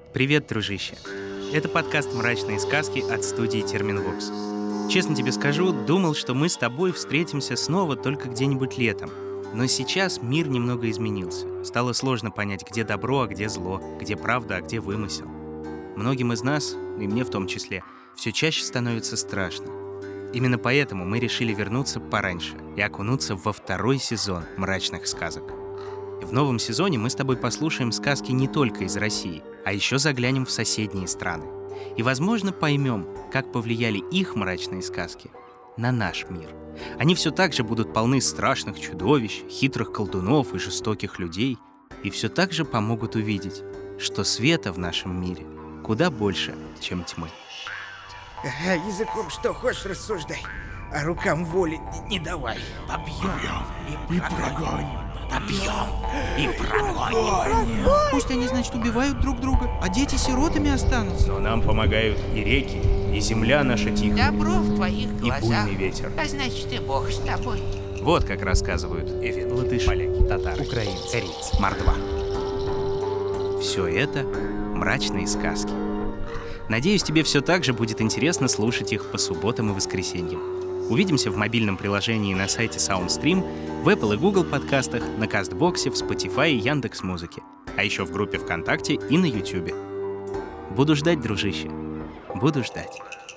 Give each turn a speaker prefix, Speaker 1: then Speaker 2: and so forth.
Speaker 1: Привет, дружище! Это подкаст «Мрачные сказки» от студии Терминвокс. Честно тебе скажу, думал, что мы с тобой встретимся снова только где-нибудь летом. Но сейчас мир немного изменился. Стало сложно понять, где добро, а где зло, где правда, а где вымысел. Многим из нас, и мне в том числе, все чаще становится страшно. Именно поэтому мы решили вернуться пораньше и окунуться во второй сезон «Мрачных сказок». В новом сезоне мы с тобой послушаем сказки не только из России, а еще заглянем в соседние страны. И, возможно, поймем, как повлияли их мрачные сказки на наш мир. Они все так же будут полны страшных чудовищ, хитрых колдунов и жестоких людей, и все так же помогут увидеть, что света в нашем мире куда больше, чем тьмы.
Speaker 2: Языком что хочешь рассуждай, а рукам воли не давай. Побьем и прогоним. Побьем и прогоним.
Speaker 3: Пусть они, значит, убивают друг друга, а дети сиротами останутся.
Speaker 1: Но нам помогают и реки, и земля наша тихая,
Speaker 4: Добро в твоих
Speaker 1: и
Speaker 4: глазах,
Speaker 1: буйный ветер.
Speaker 4: а значит и Бог с тобой.
Speaker 1: Вот как рассказывают эвенки, латыши, поляки, татары, украинцы, корейцы, мордва. Все это мрачные сказки. Надеюсь, тебе все так же будет интересно слушать их по субботам и воскресеньям. Увидимся в мобильном приложении на сайте SoundStream, в Apple и Google подкастах, на Кастбоксе, в Spotify и Яндекс.Музыке, а еще в группе ВКонтакте и на Ютубе. Буду ждать, дружище. Буду ждать.